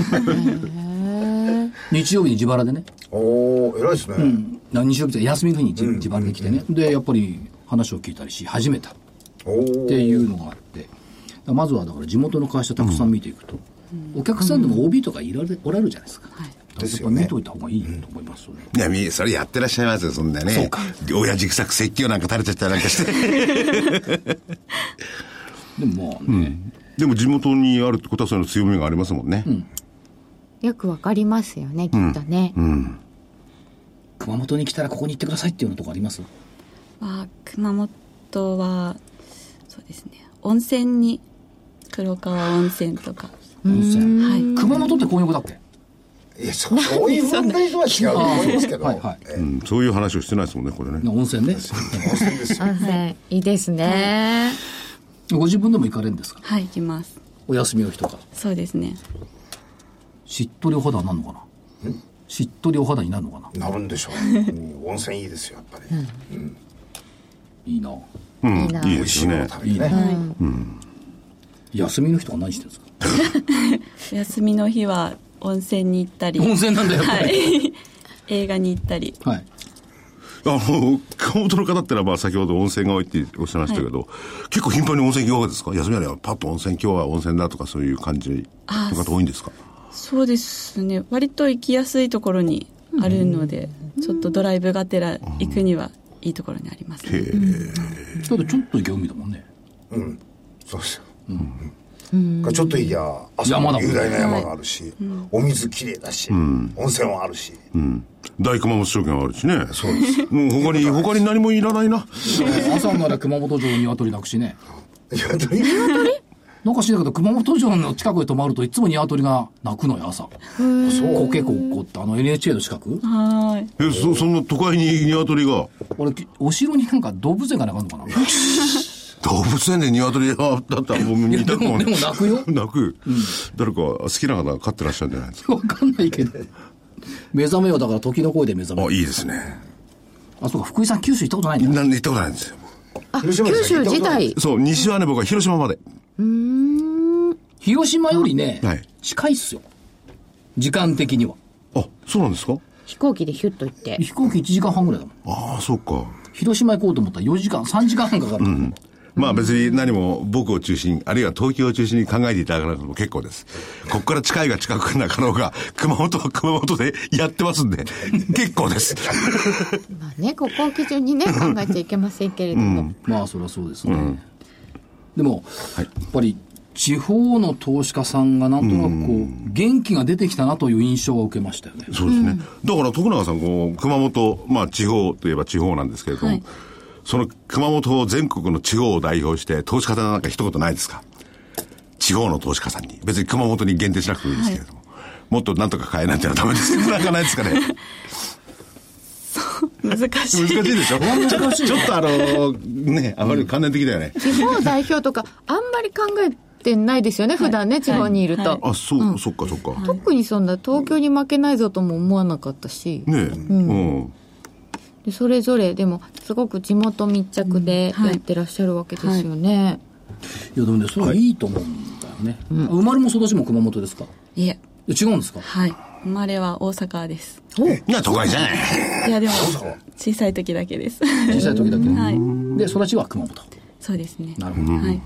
日曜日に自腹でね。 偉いですね。 日曜日って休みの日に自腹で来てね。で、やっぱり話を聞いたりし始めたっていうのがあって、まずはだから地元の会社たくさん見ていくと、お客さんでも OB とかおられるじゃないですか。ですよね。見といた方がいいと思いますよね。 いや、それやってらっしゃいますよ、そんなね。そうか。親父臭く説教なんか垂れちゃったりなんかして。 でもまあね。 でも地元にあるってことはその強みがありますもんね。 よくわかりますよね、きっとね。 熊本に来たらここに行ってくださいっていうのとこあります？ 熊本はそうですね、温泉に黒川温泉とか。 温泉、はい、熊本って混浴だっけ？ いや、そういう問題とは違うと思いますけど、 そういう話をしてないですもんね、これね。 温泉ね。 温泉いいですね。 ご自分でも行かれるんですか？ はい、行きます。 お休みの日とか。 そうですね。 しっとりお肌になるのかな？しっとりお肌になるのかな？ なるんでしょう。温泉いいですよ、やっぱり。 いいな。 いいですね。 いいね。休みの日とか何してるんですか？ 休みの日は温泉に行ったり。 温泉なんだよ、 はい。映画に行ったり。 はい。 熊本の方ってのは先ほど温泉が多いっておっしゃいましたけど、結構頻繁に温泉行くわけですか？休みあればパッと温泉、今日は温泉だとかそういう感じの方多いんですか？そうですね、 割と行きやすいところにあるので、ちょっとドライブがてら行くにはいいところにありますね。 だってちょっと行け海だもんね。 そうですよ。ちょっといや朝も雄大な山があるし、お水きれいだし、温泉はあるし、 大熊本証券はあるしね。そうです。もう他に何もいらないな。 朝なら熊本城に鶏鳴くしね。 鶏なんか知らないけど熊本城の近くで泊まるといつも鶏が鳴くのよ、朝。コケコッコって NHK の近く。 はい。 そんな都会に鶏が。 俺お城になんか動物園が鳴くのかな。 動物園で鶏だったら僕見たくもでも鳴くよ。 鳴く。誰か好きな方飼ってらっしゃるんじゃないですか。 わかんないけど。目覚めようだから時の声で目覚めよう。 いいですね。 そうか、福井さん九州行ったことないんだ。 行ったことないんですよ。 九州自体。 そう、西はね、僕は広島まで。 広島よりね、近いっすよ。時間的には。 そうなんですか？ 飛行機でヒュッと行って。 飛行機1時間半ぐらいだもん。 そうか。 広島行こうと思ったら4時間、3時間半かかる。 まあ別に何も僕を中心、あるいは東京を中心に考えていただかなくても結構です。ここから近いが近くなかろうが、熊本は熊本でやってますんで、結構です。 まあね、ここを基準にね、考えちゃいけませんけれども。 まあそりゃそうですね。でも、やっぱり地方の投資家さんがなんとなくこう、元気が出てきたなという印象を受けましたよね。 そうですね。だから徳永さん、熊本、地方といえば地方なんですけれども、その熊本を全国の地方を代表して、投資家さんなんか一言ないですか？地方の投資家さんに。別に熊本に限定しなくてもいいですけれども。もっとなんとか買えなんてのはダメですけど、なんかないですかね。 難しい。 難しいでしょ。難しい。ちょっとあまり関連的だよね。 地方代表とか、あんまり考えてないですよね、普段ね、地方にいると。 あ、そっか。 特にそんな東京に負けないぞとも思わなかったし。 ねえ。 でそれぞれ、でも、すごく地元密着でやってらっしゃるわけですよね。 いや、でもね、それはいいと思うんだよね。生まれも育ちも熊本ですか？ いえ。 違うんですか？ はい。生まれは大阪です。 いや、都会じゃない。 いや、でも、小さい時だけです。 小さい時だけ。 はい。 で、育ちは熊本。 そうですね。 なるほど。 はい。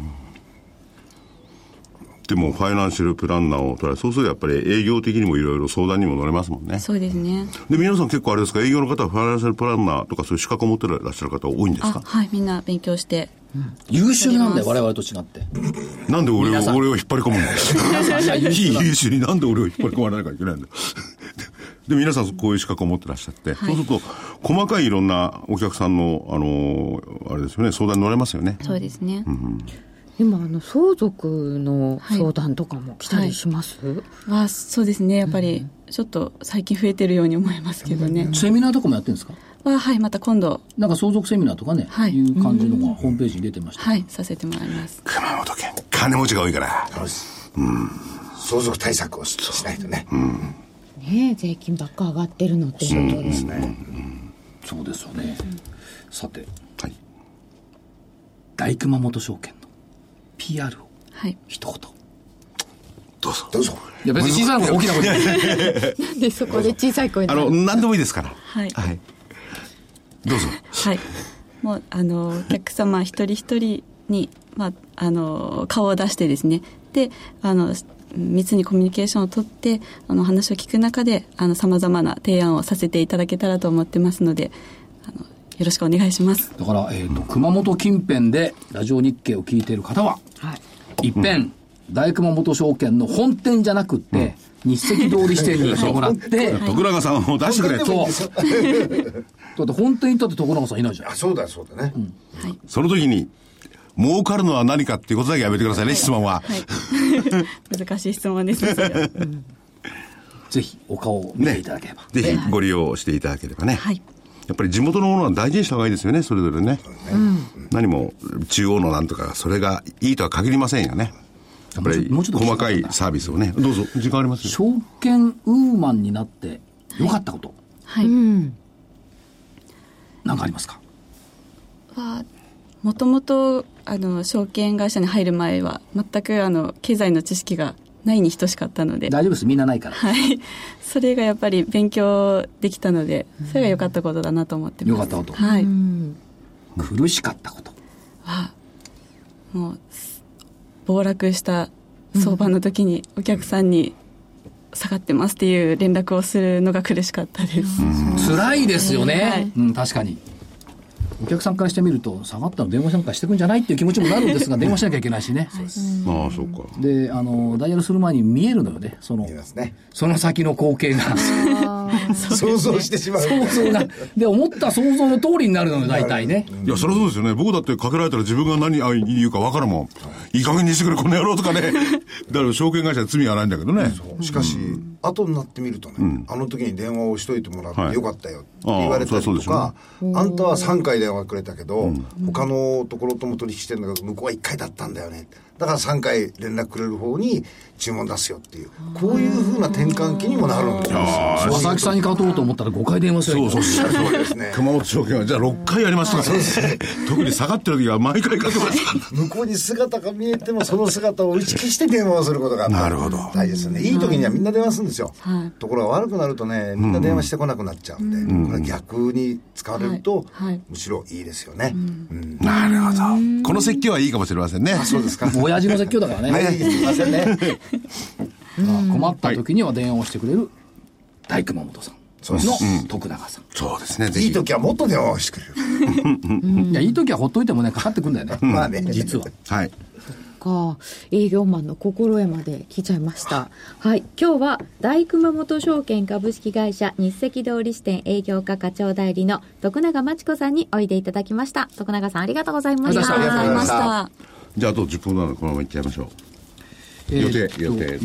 でも、ファイナンシャルプランナーを取られ、そうするとやっぱり営業的にもいろいろ相談にも乗れますもんね。 そうですね。 で、皆さん結構あれですか、営業の方はファイナンシャルプランナーとかそういう資格を持ってらっしゃる方多いんですか？ はい、みんな勉強して。 優秀なんだよ、我々と違って。 なんで俺を引っ張り込むんだよ。優秀になんで俺を引っ張り込まなきゃいけないんだよ。で、皆さんこういう資格を持ってらっしゃって、そうすると、細かいいろんなお客さんの、あれですよね、相談に乗れますよね。 そうですね。 でも相続の相談とかも来たりします？ そうですね。やっぱりちょっと最近増えてるように思いますけどね。 セミナーとかもやってるんですか？ はい、また今度なんか相続セミナーとかね、いう感じのがホームページに出てました。 はい、させてもらいます。 熊本県金持ちが多いから。 相続対策をしないとね。 ねえ、税金ばっか上がってるのってそうですね。 そうですよね。さて、 はい。 大熊本証券の PR を一言。 どうぞ。 いや別に小さい声大きな声じゃない。 なんでそこで小さい声何でもいいですから。 はい。 どうぞ。 はい。もうお客様一人一人に顔を出してですね。で密にコミュニケーションを取って話を聞く中でさまざまな提案をさせていただけたらと思ってますのでよろしくお願いします。 だから、熊本近辺でラジオ日経を聞いている方は、一遍大熊本証券の本店じゃなくって、日赤通り支店に行ってもらって、 徳永さんを出してくれ。 そうだって本店行ったって徳永さんいないじゃん。 そうだね。 その時に儲かるのは何かっていうことだけやめてくださいね、質問は。 難しい質問ですね。 ぜひお顔を見ていただければ。 ぜひご利用していただければね。やっぱり地元のものは大事にした方がいいですよね、それぞれね。何も中央のなんとかそれがいいとは限りませんよね。やっぱり細かいサービスをね。どうぞ、時間ありますよ。 証券ウーマンになってよかったこと。何かありますか？ もともと証券会社に入る前は全く経済の知識がないに等しかったので。 大丈夫です、みんなないから。 それがやっぱり勉強できたので、それが良かったことだなと思ってます。 良かったこと。苦しかったことはもう暴落した相場の時にお客さんに下がってますっていう連絡をするのが苦しかったです。 辛いですよね。確かに。お客さんからしてみると下がったの電話なんかしてくんじゃないっていう気持ちもなるんですが電話しなきゃいけないしね。 そうか。 でダイヤルする前に見えるのよね。その先の光景が想像してしまう。 想像がで思った想像の通りになるのよ大体ね。 いやそりゃそうですよね。僕だってかけられたら自分が何言うか分かるもん。いい加減にしてくれこの野郎とかね。だから証券会社は罪はないんだけどね。 しかし後になってみるとね、あの時に電話をしといてもらってよかったよって言われたりとか、あんたは3回電話くれたけど、他のところとも取引してるんだけど向こうは1回だったんだよね。だから3回連絡くれる方に注文出すよっていう、こういうふうな転換期にもなるんですよ。 佐々木さんに勝とうと思ったら5回電話する。 そうですね。熊本証券はじゃあ6回やりますとか、特に下がってる時は毎回かけます。 向こうに姿が見えてもその姿を打ち消して電話をすることが大事ですよね。いい時にはみんな電話するんですよ。ところが悪くなるとね、みんな電話してこなくなっちゃうんで、これ逆に使われるとむしろいいですよね。 なるほど。この説教はいいかもしれませんね。 そうですか。 親父の説教だからね。 すいませんね。 困った時には電話をしてくれる大熊本さんの徳永さん。 そうですね。 いい時はもっと電話をしてくれる。 いやいい時はほっといてもねかかってくんだよね。 まあね、 実は。 はい。 か。営業マンの心得まで来ちゃいました。はい。今日は大熊本証券株式会社日赤通り支店営業課課長代理の徳永真知子さんにおいでいただきました。徳永さんありがとうございました。 ありがとうございました。 じゃああと10分なのでこのままいっちゃいましょう。予定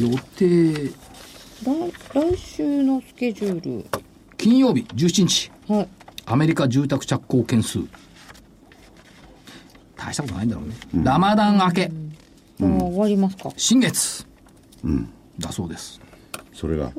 来週のスケジュール金曜日17日、 はい、 アメリカ住宅着工件数大したことないんだろうね、ラマダン明け、 終わりますか。 新月、だそうです。 それが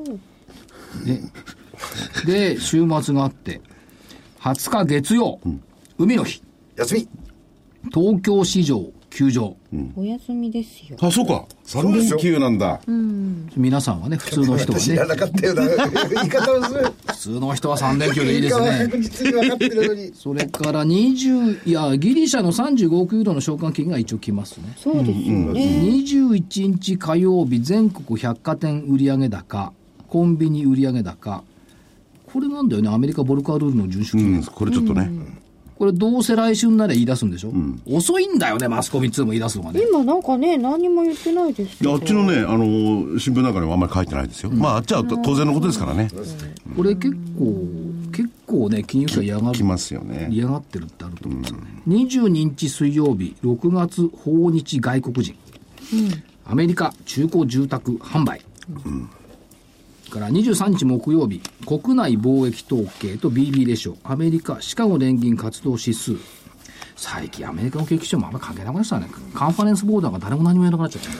で週末があって20日月曜、海の日休み、 東京市場休場、 お休みですよ。 あ、そうか、3連休なんだ。 皆さんはね、普通の人はね、 知らなかったよな言い方をする。 普通の人は3連休でいいですね。 確実に分かってるのに。 それからギリシャの35億ユーロの償還金が一応来ますね。 そうですよね。 21日火曜日、全国百貨店売上高、コンビニ売上高、これなんだよね、アメリカボルカールールの遵守金、 これちょっとね、 これどうせ来週になら言い出すんでしょ、遅いんだよね、マスコミ2も言い出すのがね。 今なんかね、何も言ってないですよ。 あっちのね、新聞なんかにもあんまり書いてないですよ。まあ、あっちは当然のことですからね。 これ結構ね、金融機関来ますよね。 嫌がってるってあると思うんですよね。22日水曜日、6月訪日外国人、アメリカ中古住宅販売、から23日木曜日、国内貿易統計と BB レシオ、アメリカシカゴ連銀活動指数。最近アメリカの景気指標もあんまり関係なくなっちゃったね。カンファレンスボーダーが誰も何も言えなくなっちゃった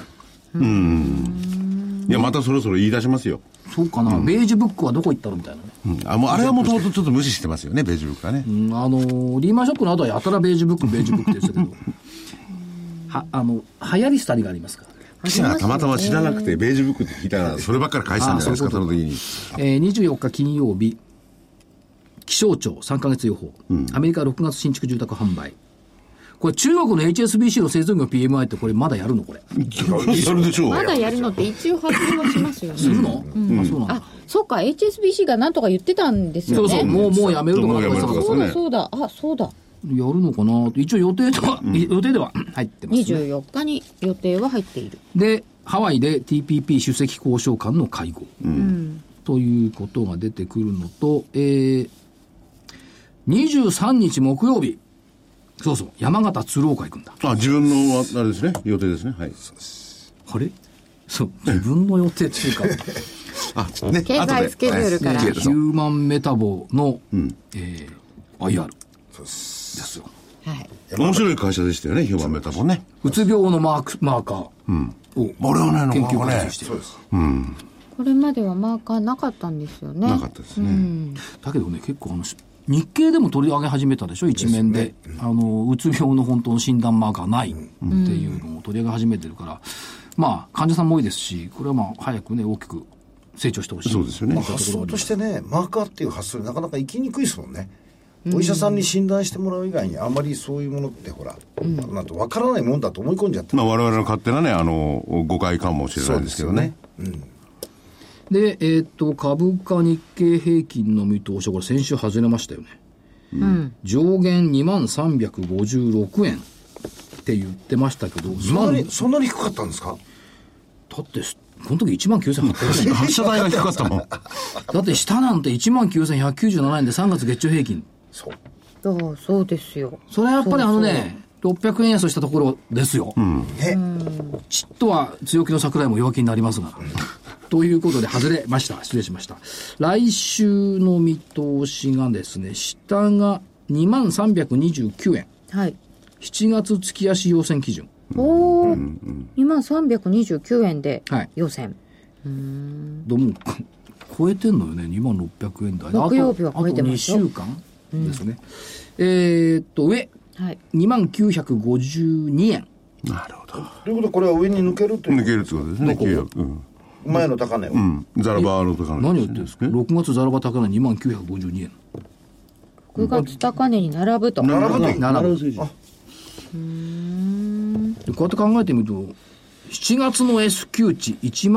ね。 いや、またそろそろ言い出しますよ。 そうかな、ベージュブックはどこ行ったのみたいなね。 もうあれはもともとちょっと無視してますよね、ベージュブックはね。 リーマンショックの後はやたらベージュブックって言ってたけど流行り廃りがありますから。 記者がたまたま知らなくてベージュブックって聞いたらそればっかり返したんじゃないですか、その時に。 24日金曜日、気象庁3ヶ月予報、アメリカ6月新築住宅販売。これ中国の HSBC の製造業 PMI ってこれまだやるの？これやるでしょう。 まだやるのって一応発表はしますよね。 するの？そうなんだ。 そうか、 HSBC がなんとか言ってたんですよね。 そうもうやめるとかなんかそうだやるのかな。一応予定では入ってますね。 24日に予定は入っている。 でハワイで TPP 首席交渉官の会合、ということが出てくるのと、23日木曜日、そう山形鶴岡行くんだ。 自分のあれですね、予定ですね。はい。 あれそう自分の予定っていうかね、経済スケジュールから、 ヒューマンメタボの、IRですよ。 はい、 面白い会社でしたよね、ヒューマンメタボね。 うつ病のマーカーを研究開発している。 これまではマーカーなかったんですよね。 なかったですね。 だけどね、結構日経でも取り上げ始めたでしょ、一面で。うつ病の本当の診断マーカーないっていうのを取り上げ始めてるから、まあ患者さんも多いですし、これはまあ早くね大きく成長してほしい。 そうですよね。 発想としてね、マーカーっていう発想になかなか行きにくいですもんね。お医者さんに診断してもらう以外にあんまりそういうものってほら、なんと分からないもんだと思い込んじゃって、 我々の勝手なね誤解かもしれないですけどね。 で、株価日経平均の見通しはこれ先週外れましたよね。上限2356円って言ってましたけど、 そんなに低かったんですか？ だってこの時19,800円発射台が低かったもん。 だって下なんて19,197円で3月月中平均。 そうですよ。 それはやっぱり600円安したところですよ。ちっとは強気の桜井も弱気になりますが。ということで外れました。失礼しました。来週の見通しがですね、下が2329円。 はい。7 月月足要請基準。 2329円で予選。 どうも超えてんのよね、2600円台。 木曜日は超えてますよ。 あと2週間ですね。上、2952円。 なるほど。 ということはこれは上に抜けるという。 抜けるってことですね。 前の高値を。 ザラバの高値。 何言ってるんですか。6月ザラバ高値2952円。 6月高値に並ぶと。 並ぶ。 こうやって考えてみると7月の S q 値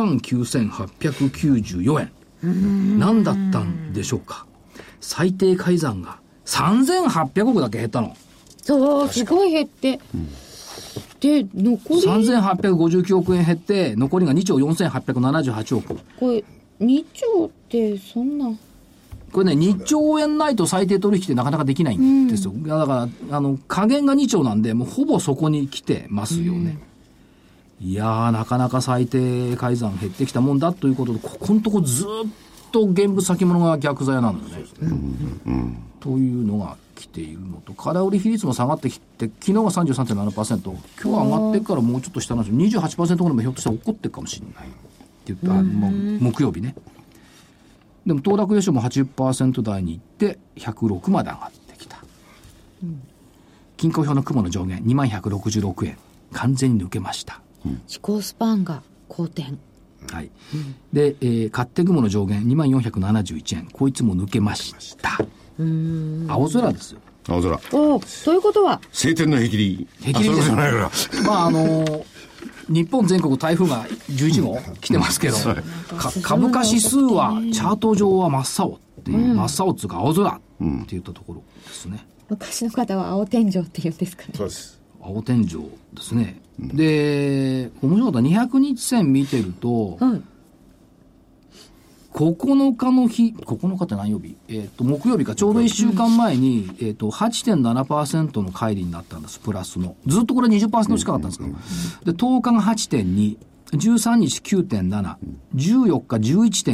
19,894 円何だったんでしょうか。最低改ざんが3800億だけ減ったの。 そう、すごい減って、 で残り 3859億円減って残りが2兆4878億。 これ2兆ってそんな、 これね、2兆円ないと最低取引ってなかなかできないんですよ。だから下限が2兆なんでもうほぼそこに来てますよね。いやー、なかなか最低改ざん減ってきたもんだということで、ここのとこずっと現物先物が逆ざやなんだね、というのが来ているのと、空売り比率も下がってきて、昨日が 33.7%、今日は上がってからもうちょっと下なんですよ。 28% ぐらいもひょっとしたら起こってるかもしれないって言った、もう木曜日ね。でも騰落レシオも 80% 台に行って106まで上がってきた、均衡表の雲の上限2166円完全に抜けました、 思考スパンが好転、 はい、で、勝手雲の上限2471円、こいつも抜けました。青空ですよ。 青空。 おということは晴天の霹靂。 霹靂です。 ないから。 まあ日本全国台風が11号来てますけど、株価指数はチャート上は真っ青っていう、真っ青っていうか青空っていったところですね。 昔の方は青天井っていうんですかね。 そうです。 青天井ですね。で、面白かった200日線見てると、9日の日、9日って何曜日？木曜日か、ちょうど1週間前に、8.7% の乖離になったんです、プラスの。ずっとこれ 20% 近かったんですけど。で、10日が 8.2、13日 9.7、14日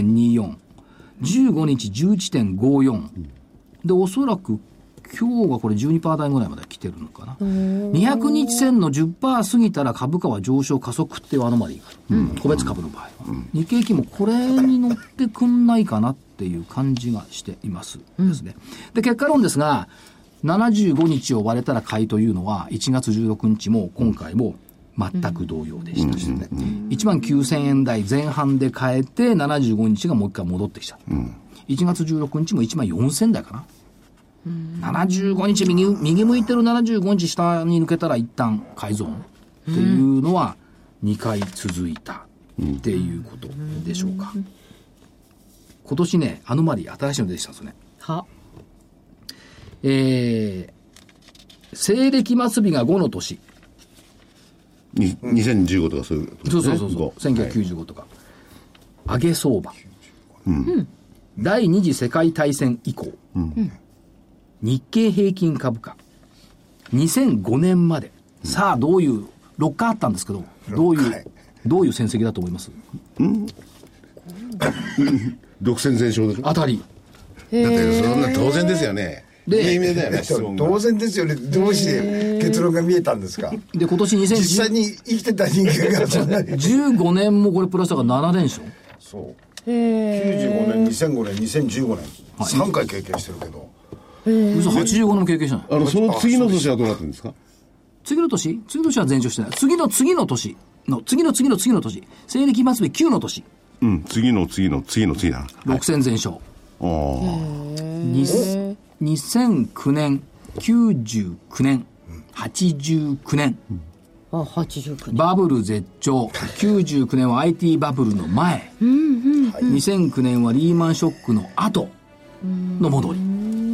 11.24、15日 11.54。で、おそらく今日がこれ 12% 台ぐらいまで来てるのかな。200日線の 10% 過ぎたら株価は上昇加速っていうアノマリーがある、個別株の場合は、日経期もこれに乗ってくんないかなっていう感じがしていますですね。で、結果論ですが、75日を割れたら買いというのは1月16日も今回も全く同様でしたしね、19,000円台前半で買えて75日がもう一回戻ってきた、1月16日も14,000台かな。75日右向いてる75日下に抜けたら一旦買いゾーンっていうのは2回続いたっていうことでしょうか。今年ね、アノマリー新しいの出てきたんですよね。 は西暦末日が5の年、 2015とかそういうことですね。 そう1995とか、上げ相場、第二次世界大戦以降、日経平均株価2005年まで、さあどういう6回あったんですけど、どういう戦績だと思います？ 独占全勝でしょ。 当たり。 だってそんな当然ですよね。 で、 有名だよね。 当然ですよね。どうして結論が見えたんですか。 で、今年実際に生きてた人間がそんなに 15年もこれプラスだから7連勝。 そう。95年、2005年、2015年、3回経験してるけど。 嘘、85年も経験したの。 その次の年はどうなってるんですか？ 次の年は全勝してない。次の次の年の、次の次の次の年。西暦末日9の年。 次の次の次の次だな。 6戦全勝。2009年、99年、89年。 89年。 バブル絶頂。99年は IT バブルの前。2009年はリーマンショックの後の戻り。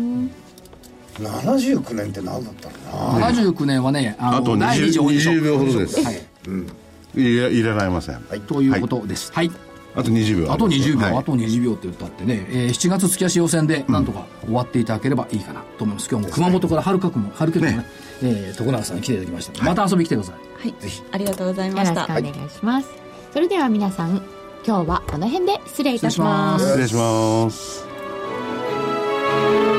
79年って何だったのな。 79年はね、 あと第2次オイルショック 20秒ほどです。 はい。 入れられません。 ということです。はい。 あと20秒。 あと20秒、 はいあと20秒って言ったってね、7月月足予選でなんとか終わっていただければいいかなと思います。今日も熊本から春結構ね、徳永さんに来ていただきました。また遊びに来てください。 はい、ぜひありがとうございました。 よろしくお願いします。それでは皆さん、今日はこの辺で失礼いたします。 失礼します。